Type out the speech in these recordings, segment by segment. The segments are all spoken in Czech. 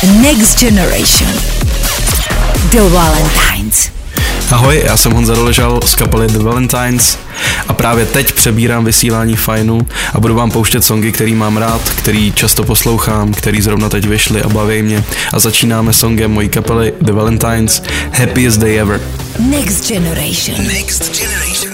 Next Generation. The Valentines. Ahoj, já jsem Honza Doležal z kapely The Valentines a právě teď přebírám vysílání Fajnu a budu vám pouštět songy, který mám rád, který často poslouchám, který zrovna teď vyšly a baví mě. A začínáme songem mojí kapely The Valentines, Happiest Day Ever. Next Generation. Next Generation.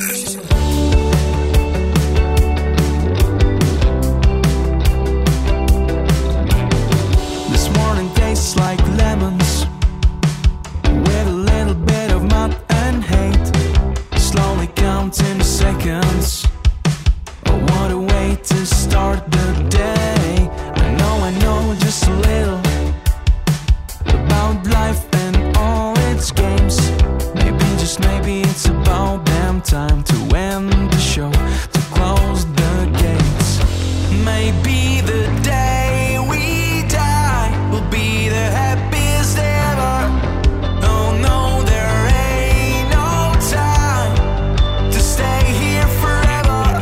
This morning tastes like lemons with a little bit of mud and hate. Slowly counting seconds. Oh, what a way to start the day. I know just a little about life and all its games. Maybe, just maybe it's about damn time to end the show, to close the gates. Maybe the day we die will be the happiest ever. Oh no, there ain't no time to stay here forever.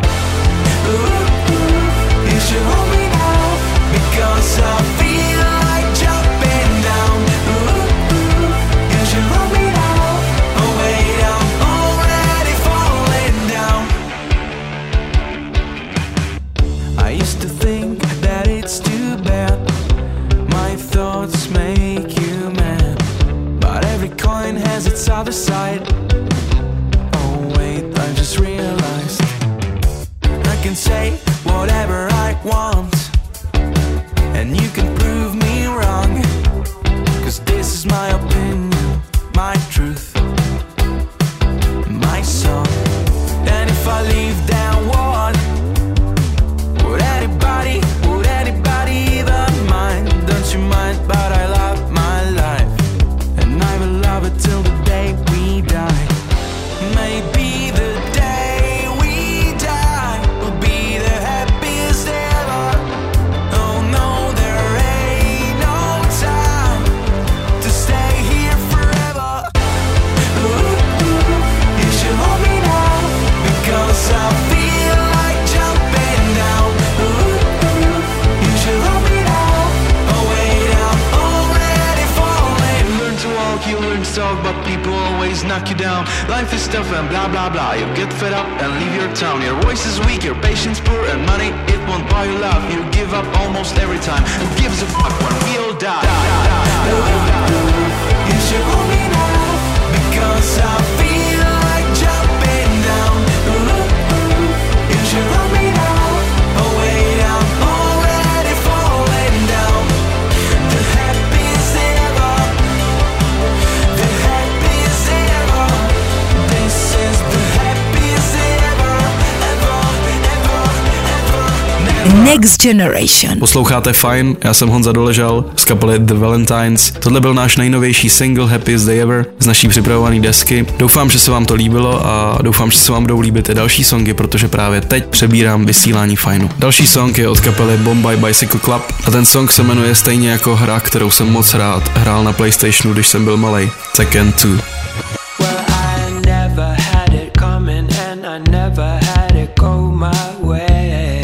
Ooh, you should hold me now, because I feel like jumping down. Ooh, you should hold me now. Oh wait, I'm already falling down. I used to think that it's too bad my thoughts make you mad, but every coin has its other side. Oh wait, I just realized I can say whatever I want, and you can prove me wrong, 'cause this is my opinion, my truth, my song. And if I leave, then what? Would anybody even mind? Don't you mind, but I love my life, and I will love it till the day we die. Maybe the day we die will be the happiest ever. Oh no, there ain't no time to stay here forever. Ooh, you should hold me now, because I feel like jumping down. Ooh, you should hold me now. Oh wait, I'm already falling. You learn to walk, you learn to talk, but people always knock you down. Life is tough and blah blah blah. You get fed up and leave your town. Your voice is weak, your patience poor, and money, it won't buy you love. You give up almost every time. Who gives a fuck when we all die? You should hold me now, because I feel like jumping down. You should hold me now. Oh wait, I'm already falling down. The happiest ever. The happiest ever. This is the happiest ever. Ever. Next Generation. Posloucháte Fajn, já jsem Honza Doležal z kapely The Valentines. Tohle byl náš nejnovější single Happiest Day Ever z naší připravované desky. Doufám, že se vám to líbilo a doufám, že se vám budou líbit i další songy, protože právě teď přebírám vysílání Fajnu. Další song je od kapely Bombay Bicycle Club a ten song se jmenuje stejně jako hra, kterou jsem moc rád hrál na PlayStationu, když jsem byl malej. Tekken 2. Well, I never had it coming, and I never had it go my way.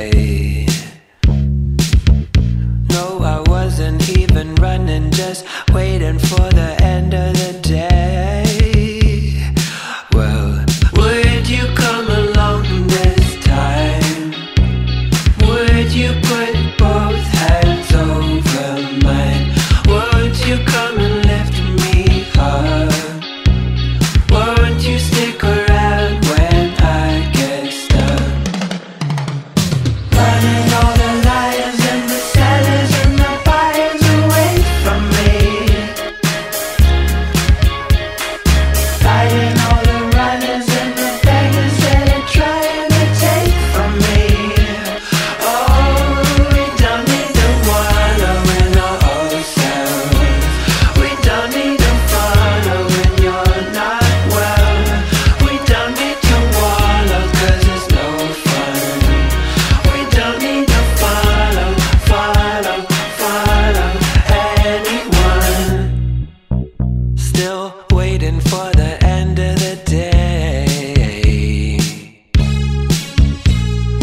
No, I wasn't even running, just waiting for the end of the day. Well, would you come along this time? Would you put both hands over mine? Would you come and lift me up? Won't you stick around when I get stuck? Running all the liars and the sellers and the buyers away from me. Fighting all the runners and the beggars that are trying to take from me. Oh, we don't need to wallow in our old selves. We don't need to follow when you're not well. We don't need to wallow 'cause it's no fun. We don't need to follow anyone. Still waiting for the end of the day.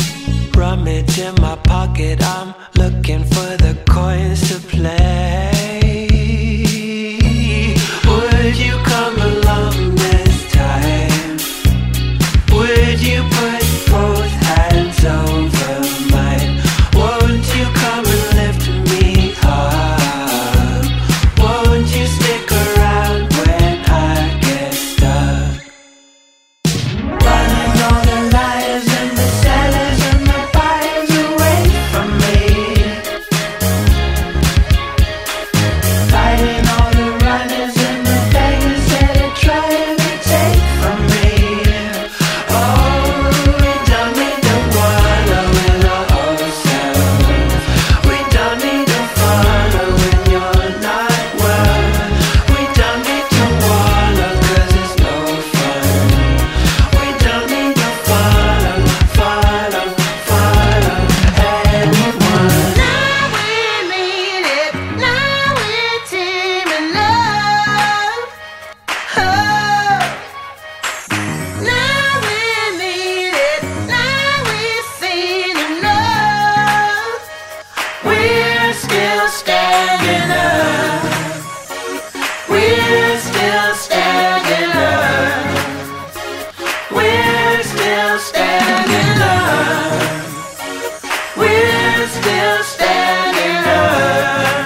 Rummage in my pocket, I'm looking for the coins to play. we're still standing up.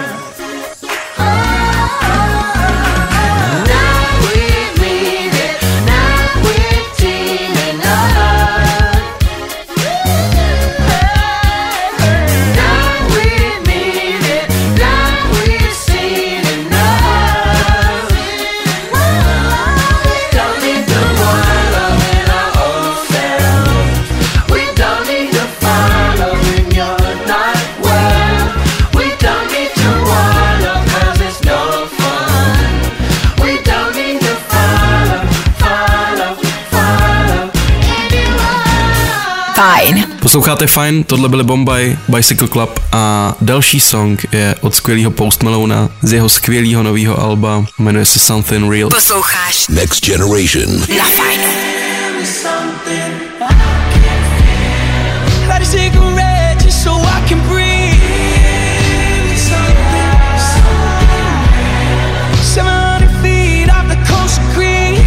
Now we mean it, now we're teaming up. Now we mean it, now we've seen enough. We don't need to wallow in our own selves. We don't need to follow when you're not well. We don't need to wallow 'cause it's no fun. We don't need to follow anyone. Fajn. Posloucháte Fajn, tohle byly Bombay, Bicycle Club a další song je od skvělého Post Malona z jeho skvělého nového alba, jmenuje se Something Real. Posloucháš Next Generation. na Fajnu. Light a cigarette just so I can breathe. 700 feet off the coast of Crete.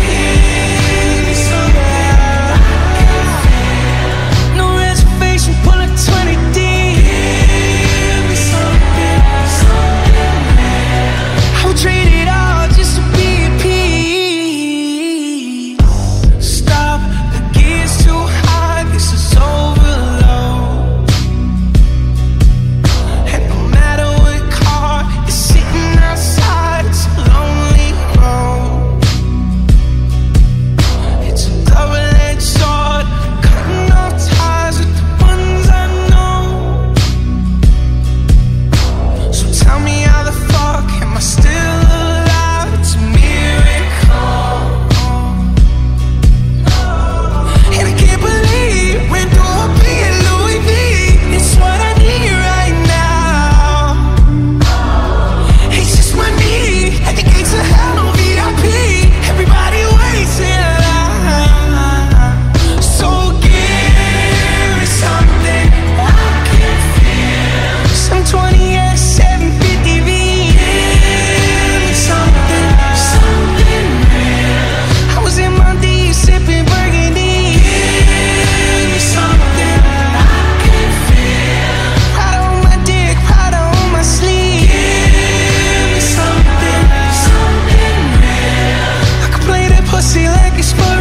No reservation, pulling 20 deep. I would trade it all just to be at peace. Stop, the gear's too high, this is overload. And no matter what car is sitting outside, it's a lonely road. It's a double-edged sword, cutting off ties with the ones I know. So tell me how the fuck am I still alive? It's a miracle. And I can't believe when do I be at Louis V? It's what I need right now. It's just my need at the gates of hell, no VIP. Everybody waits in line. So give me something I can feel. Some 20S 750V. Something real. I was in my D sipping burgundy. Something I can feel. Prada on my dick, Prada on my sleeve. Something real. I could play that pussy like it's for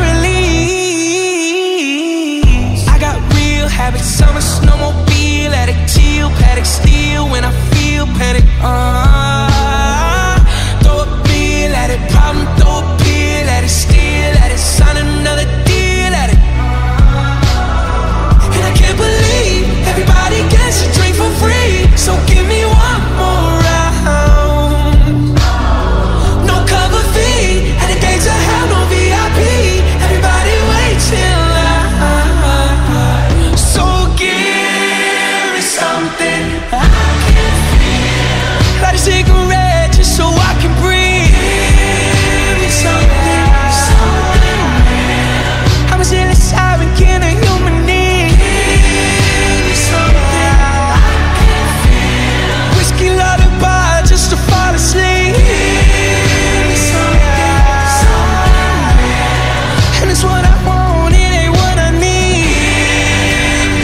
release. I got real habits, summer snowmobile, attic teal, paddock steel. When I feel panic, throw a bill at it, problem, throw a pill at it, steal at it, sign another deal at it. And I can't believe everybody gets a drink for free. So give me one more round. No cover fee, at the gates of hell, no VIP. Everybody waits in line. So give me something I can feel. Light a cigarette just so I can breathe. Something real. I'm as innocent as can a human need. Something I can feel. Whiskey lullaby just to fall asleep. Something real. And it's what I want, it ain't what I need.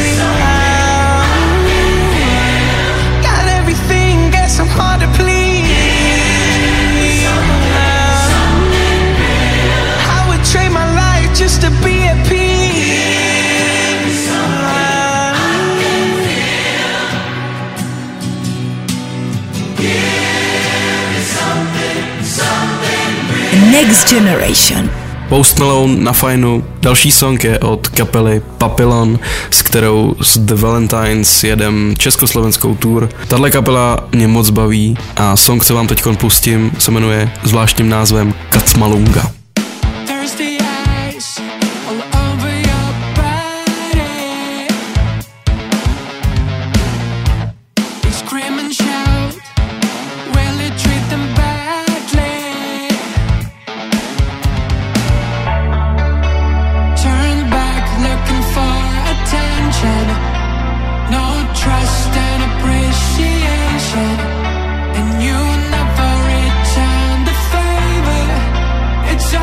Got everything, guess I'm hard to please. I would trade my life just to be at peace. Next Generation. Post Malone na Fajnu, další song je od kapely Papillon, s kterou z The Valentines jedem československou tour. Tahle kapela mě moc baví a song, co vám teďkon pustím, se jmenuje zvláštním názvem Kacmalunga. Thirsty eyes all over your body. They scream and shout, will it treat them badly? Turn back looking for attention. No trust and appreciation. And you never return the favor. It's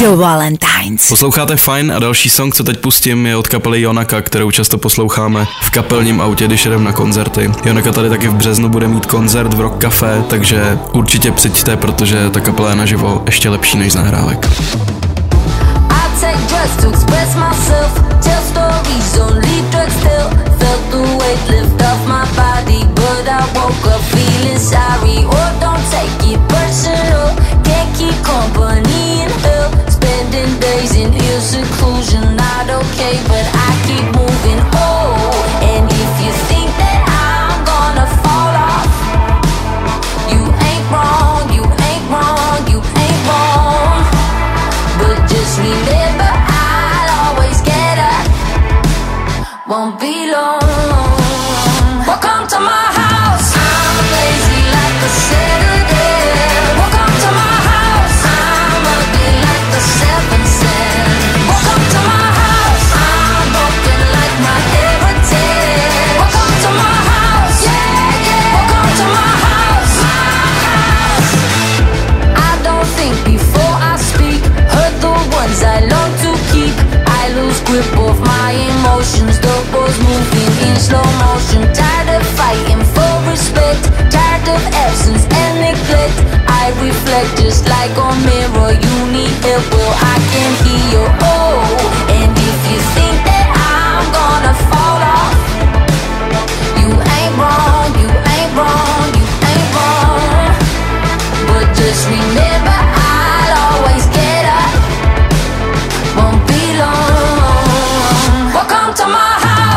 The Valentines. Posloucháte Fajn a další song, co teď pustím, je od kapely Jonaka, kterou často posloucháme v kapelním autě, když jedeme na koncerty. Jonaka tady taky v březnu bude mít koncert v Rock Café, takže určitě přijďte, protože ta kapela je naživo ještě lepší než z nahrávek. Take drugs to express myself, tell stories, don't leave drugs still. Felt the weight lift off my body, but I woke up feeling sorry. Oh, don't take it personal, can't keep company in hell. Spending days in ill seclusion, not okay, but I keep moving. Oh, and if you think that I'm gonna fall off, you ain't wrong, you ain't wrong, you ain't wrong. But just remember, won't be long. Welcome to my house. I'm lazy like a Saturday. Welcome to my house. I'm ugly like the 7th sin. Welcome to my house. I'm broken like my heritage. Welcome to my house. Yeah, yeah. Welcome to my house. My house. I don't think before I speak. Hurt the ones I long to keep. I lose grip of my emotions. Moving in slow motion, tired of fighting for respect, tired of absence and neglect. I reflect just like a mirror. You need help, well I can hear you. Oh, and if you think that I'm gonna fall off, you ain't wrong, you ain't wrong, you ain't wrong. But just remember, I'll always get up. Won't be long. Welcome to my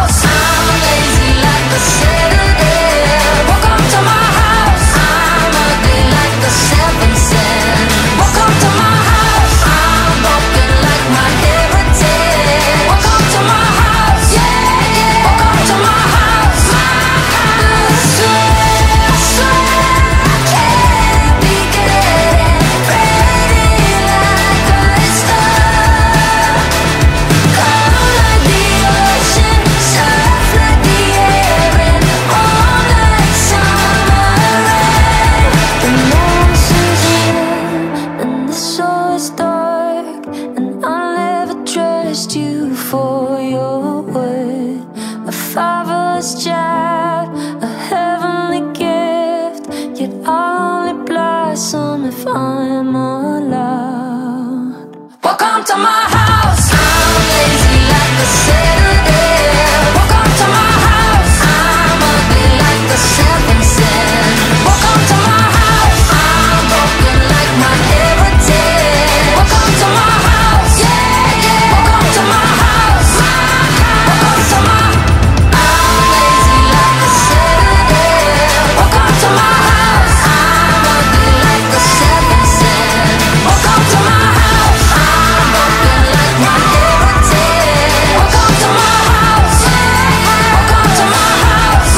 Saturday. Welcome to my house. I'm ugly like the 7th sin. Welcome to my house. I'm broken like my heritage. Welcome to my house. Yeah, yeah. Welcome to my house. My house. I swear I can't be getting ready like a star. Calm like the ocean, soft like the air. You for your word, a father's child, a heavenly gift. Yet I'll only blossom if I'm allowed. Welcome to my house. I'm lazy like a Saturday. Welcome to my house. I'm ugly like the 7th sin. Welcome to my house. I'm broken like my heritage. Welcome to my house. Yeah, yeah. Welcome to my house. Welcome to my. I'm lazy like a Saturday. Welcome to my house. I'm ugly like the 7th sin. Welcome to my house. I'm broken like my heritage. Welcome to my house. Welcome to my house.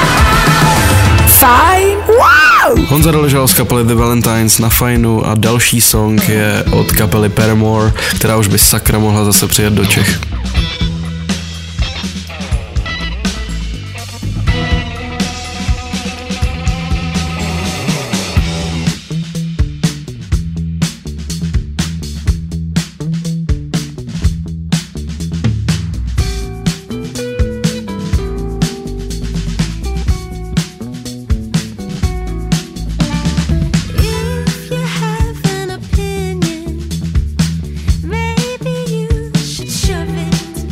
Fajn. Wow! Honza Doležal z kapely The Valentines na Fajnu a další song je od kapely Paramore, která už by sakra mohla zase přijet do Čech. Maybe you should shove it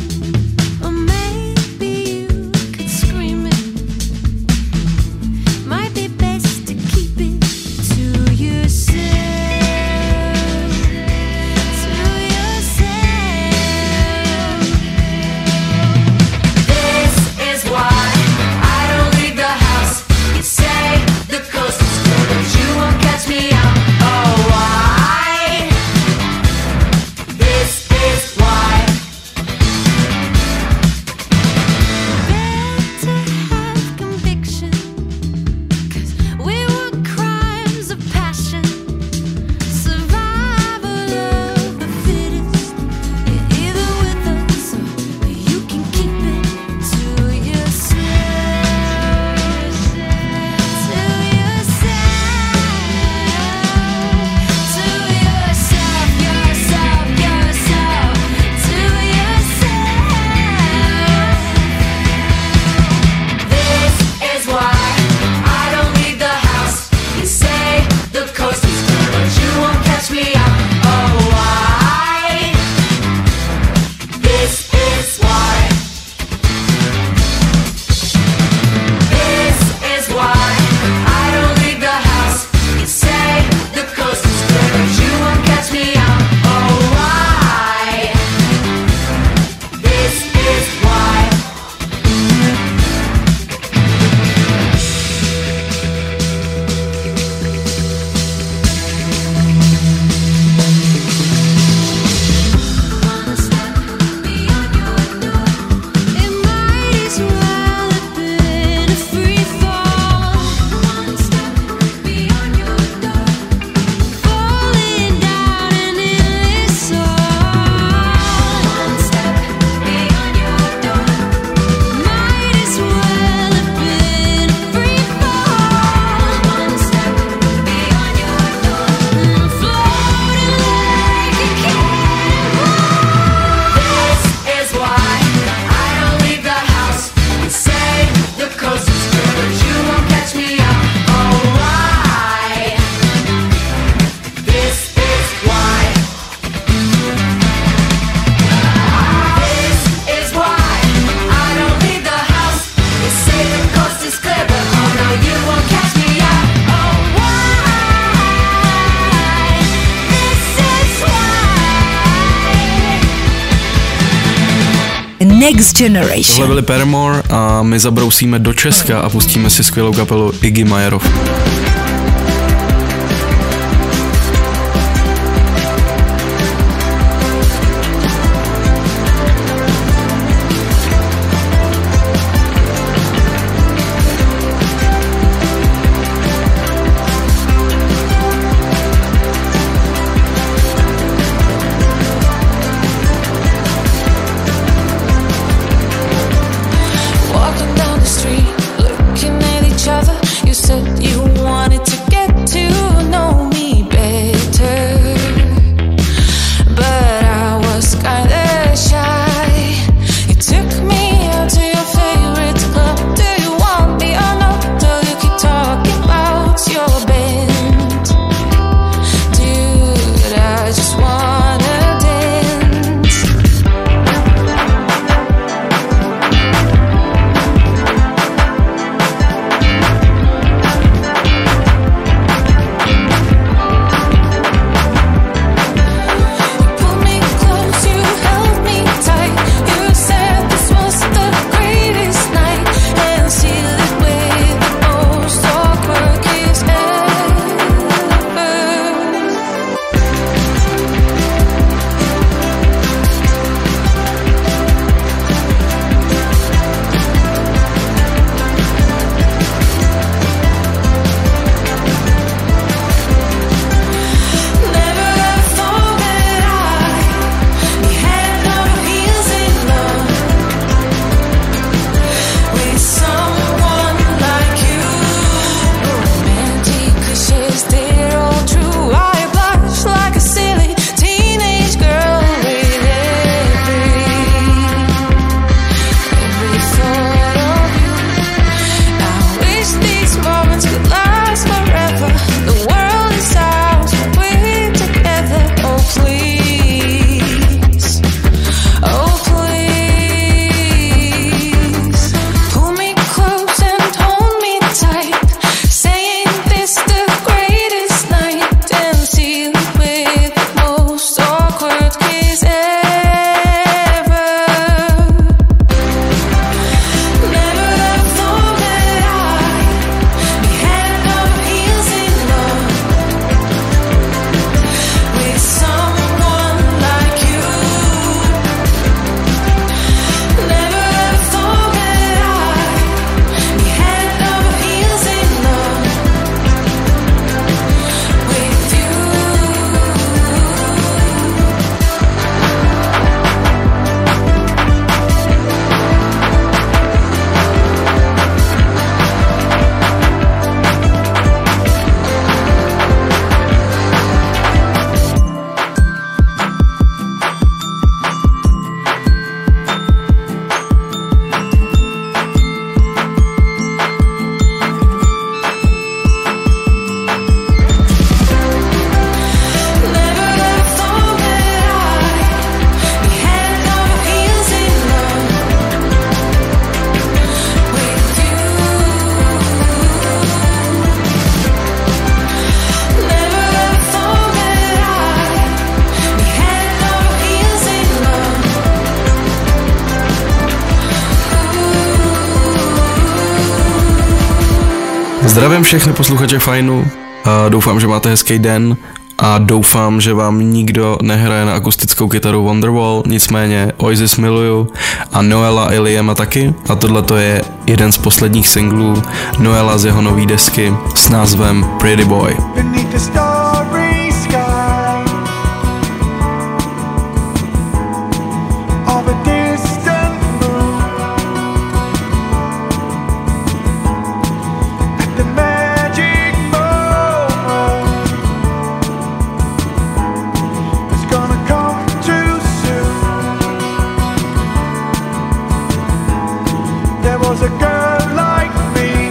Next Tohle Generation. byli Paramore a my zabrousíme do Česka a pustíme si skvělou kapelu Iggy Majerov. Walking down the street, looking at each other. You said you wanted to get to know me better, but I was kinda shy. You took me out to your favorite club. Do you want me or not? Do you keep talking about your band? Dude, I just wanna dance. Pull me close, you held me tight. You said this was the greatest night, and sealed it with the most awkward kiss ever. Never thought that I'd be head over heels in love with someone like you. Romantic cliches, they're all true. I blush like a silly teenage girl with every thought of you. I wish these moments could last forever. The world is ours, but we're together. Oh please, pull me close and hold me tight. Saying this the greatest night, and seal it with the most awkward kiss ever. Never thought that I'd be head over heels in love with someone like you. Never thought that I'd be head over heels in love with you. Never thought that I'd be head over heels in love with you. Never thought that I'd be head over heels in love. Zdravím všechny posluchače Fajnu a doufám, že máte hezký den a doufám, že vám nikdo nehraje na akustickou kytaru Wonderwall, nicméně Oasis miluju a Noela i Liama taky a tohle to je jeden z posledních singlů Noela z jeho nový desky s názvem Pretty Boy. Beneath the starry sky of a distant moon, at the magic moment it's gonna come too soon. There was a girl like me,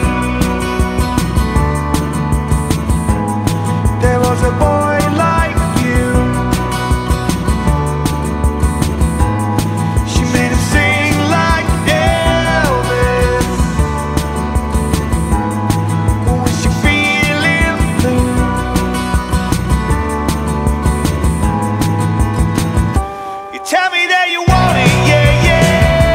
there was a boy like you. She made him sing like Elvis. Was she feeling blue? You tell me that you want it, yeah, yeah.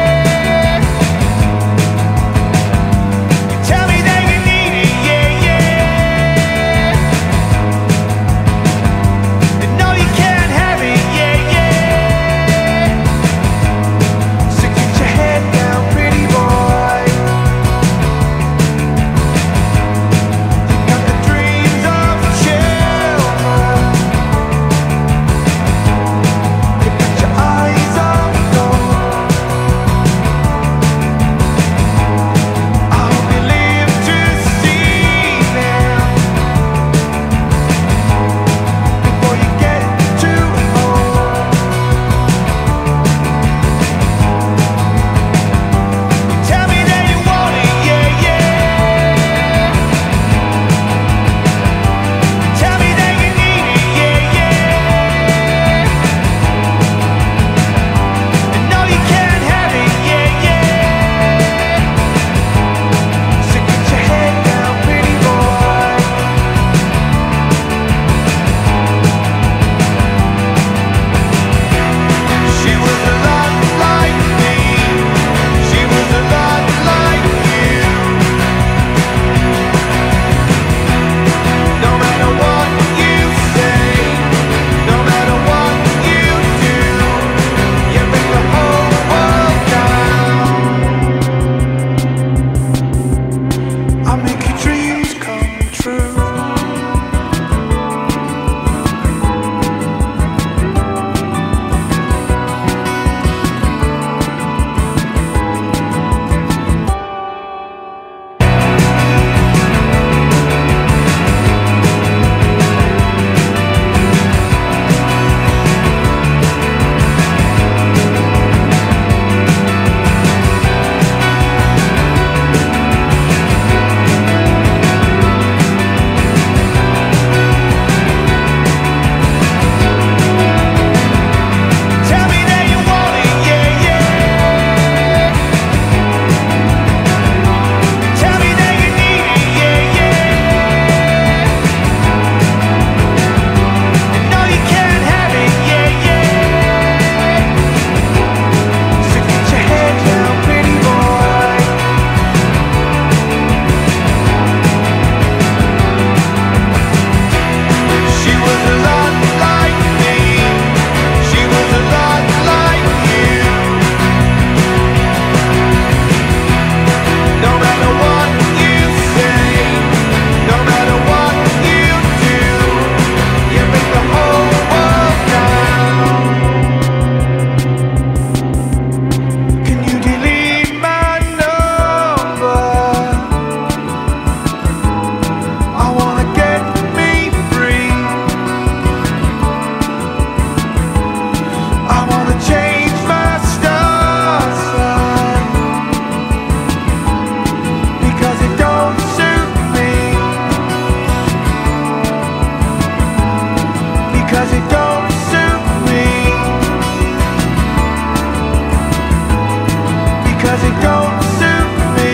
because it don't suit me.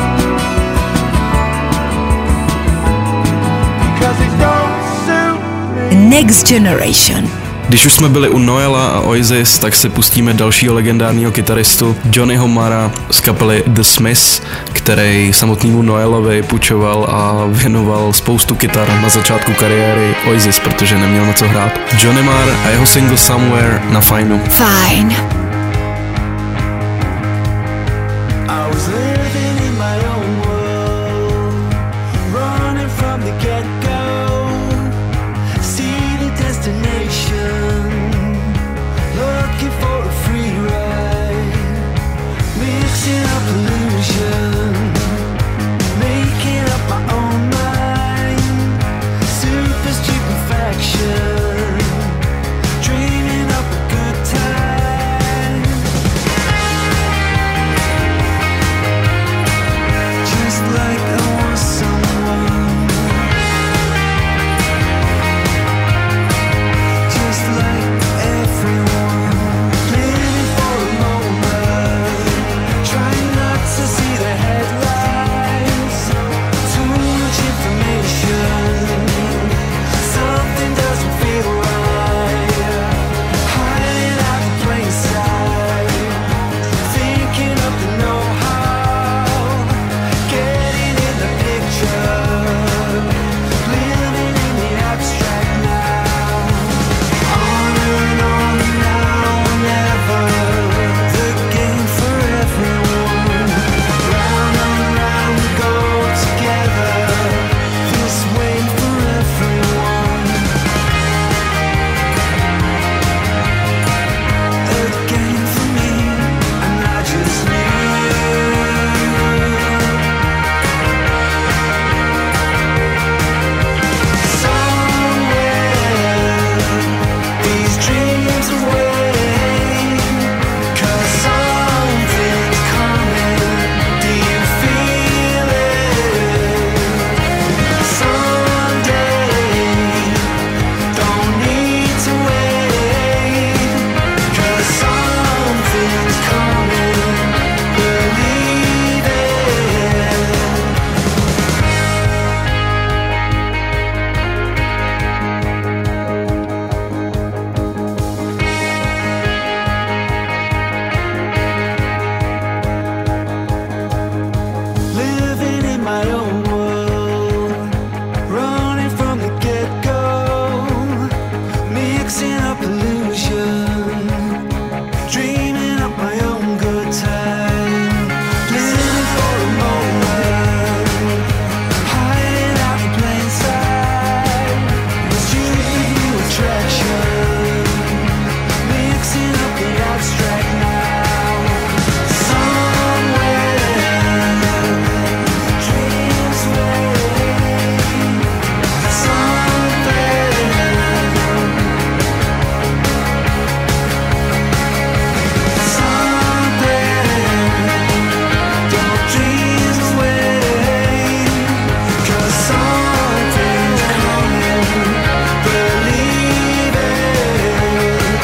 Because it don't suit me. Next Generation. Když už jsme byli u Noela a Oasis, tak se pustíme dalšího legendárního kytaristu Johnnyho Marra z kapely The Smiths, který samotnému Noelovi půjčoval a věnoval spoustu kytar na začátku kariéry Oasis, protože neměl na co hrát. Johnny Marr a jeho single Somewhere na Fineu. Fine. I was living in my own world, running from the get-go. See the destination, looking for a free ride, mixing up illusion, making up my own mind, super stupefaction, dreaming up a good time. Just like I was someone, just like everyone, living for a moment, trying not to see the headlines, too much information, something doesn't feel right, hiding out in plain sight, thinking of the know-how, getting in the picture, living in the abstract now. On and now and ever, the game for everyone. Round and round we go together, this way for everyone. A game for me, and I just knew. Somewhere these dreams away, 'cause something's coming. Do you feel it? Someday, don't need to wait, 'cause something's coming. Believe it. Living in my own world, running from the get-go, mixing up illusion, dreaming up my own good time, living for a moment, hiding out in plain sight, was you new attraction, mixing up the abstract now. Somewhere dreams away, something, don't dreams away, 'cause something's coming. Believe it.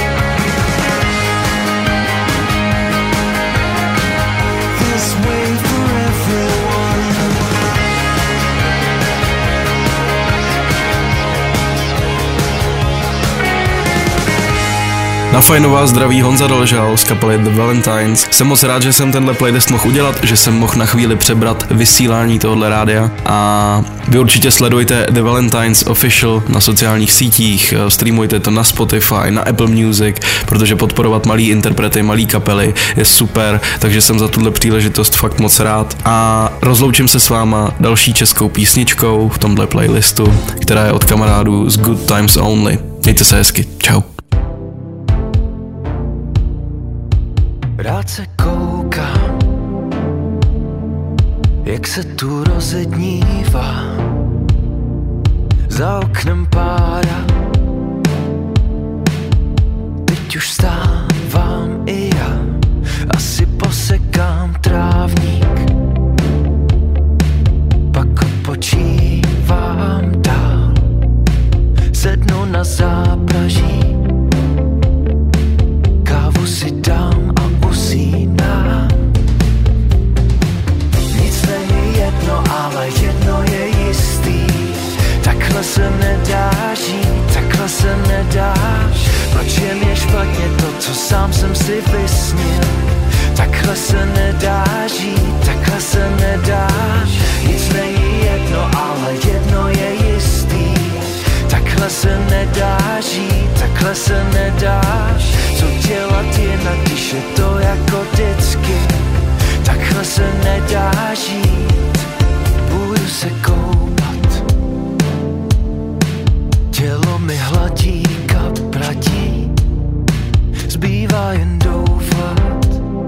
This way for everyone. Na Fajnu vás zdraví Honza Doležal z kapely The Valentines. Jsem moc rád, že jsem tenhle playlist mohl udělat, že jsem mohl na chvíli přebrat vysílání tohohle rádia a vy určitě sledujte The Valentines Official na sociálních sítích, streamujte to na Spotify, na Apple Music, protože podporovat malý interprety, malý kapely je super, takže jsem za tuhle příležitost fakt moc rád a rozloučím se s váma další českou písničkou v tomhle playlistu, která je od kamarádů z Good Times Only. Mějte se hezky, čau. Rád se koukám, jak se tu rozednívá, za oknem pára. Teď už vstávám i já, asi posekám trávník, pak odpočívám dál, sednu na zápraží, kávu si dám a usínám. si vysnil. Takhle se nedá žít, takhle se nedá. Nic není jedno, ale jedno je jistý. Takhle se nedá žít, takhle se nedá. Co dělat jinak, když je to jako vždycky. Takhle se nedá žít, půjdu se koupat. Tělo mi hladí, kapratí, zbývá jen doufat,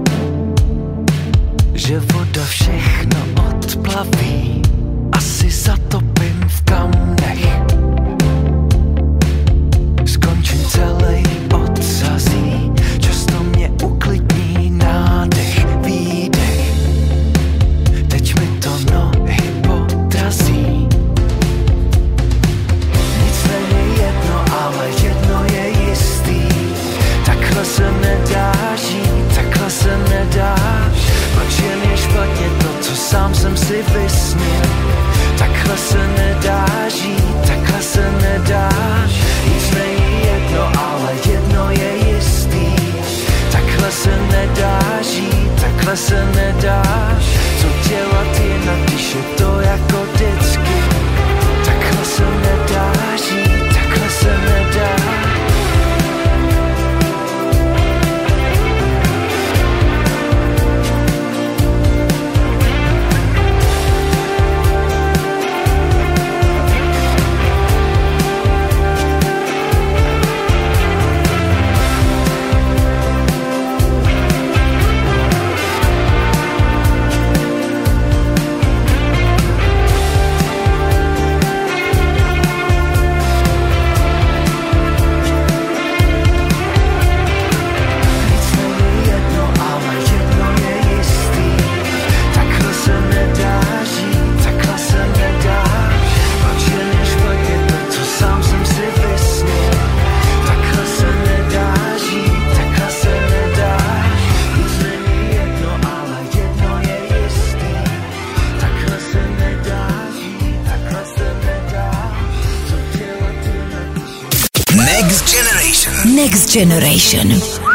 že voda všechno odplaví. Asi zatopím v kamnech, skončím celý odsazí. Často mě uklidní nádech, výdech. Teď mi to nohy podrazí. Nic není jedno, ale jedno je jistý. Takhle se nedá žít, takhle se nedá. Proč jen je špatně to, co sám jsem si vysnil. Takhle se nedá žít, takhle se nedá. Nic není jedno, ale jedno je jistý. Takhle se nedá žít, takhle se nedá. Co dělat jinak, když je to jako vždycky. Takhle se nedá žít, takhle se nedá. Next Generation.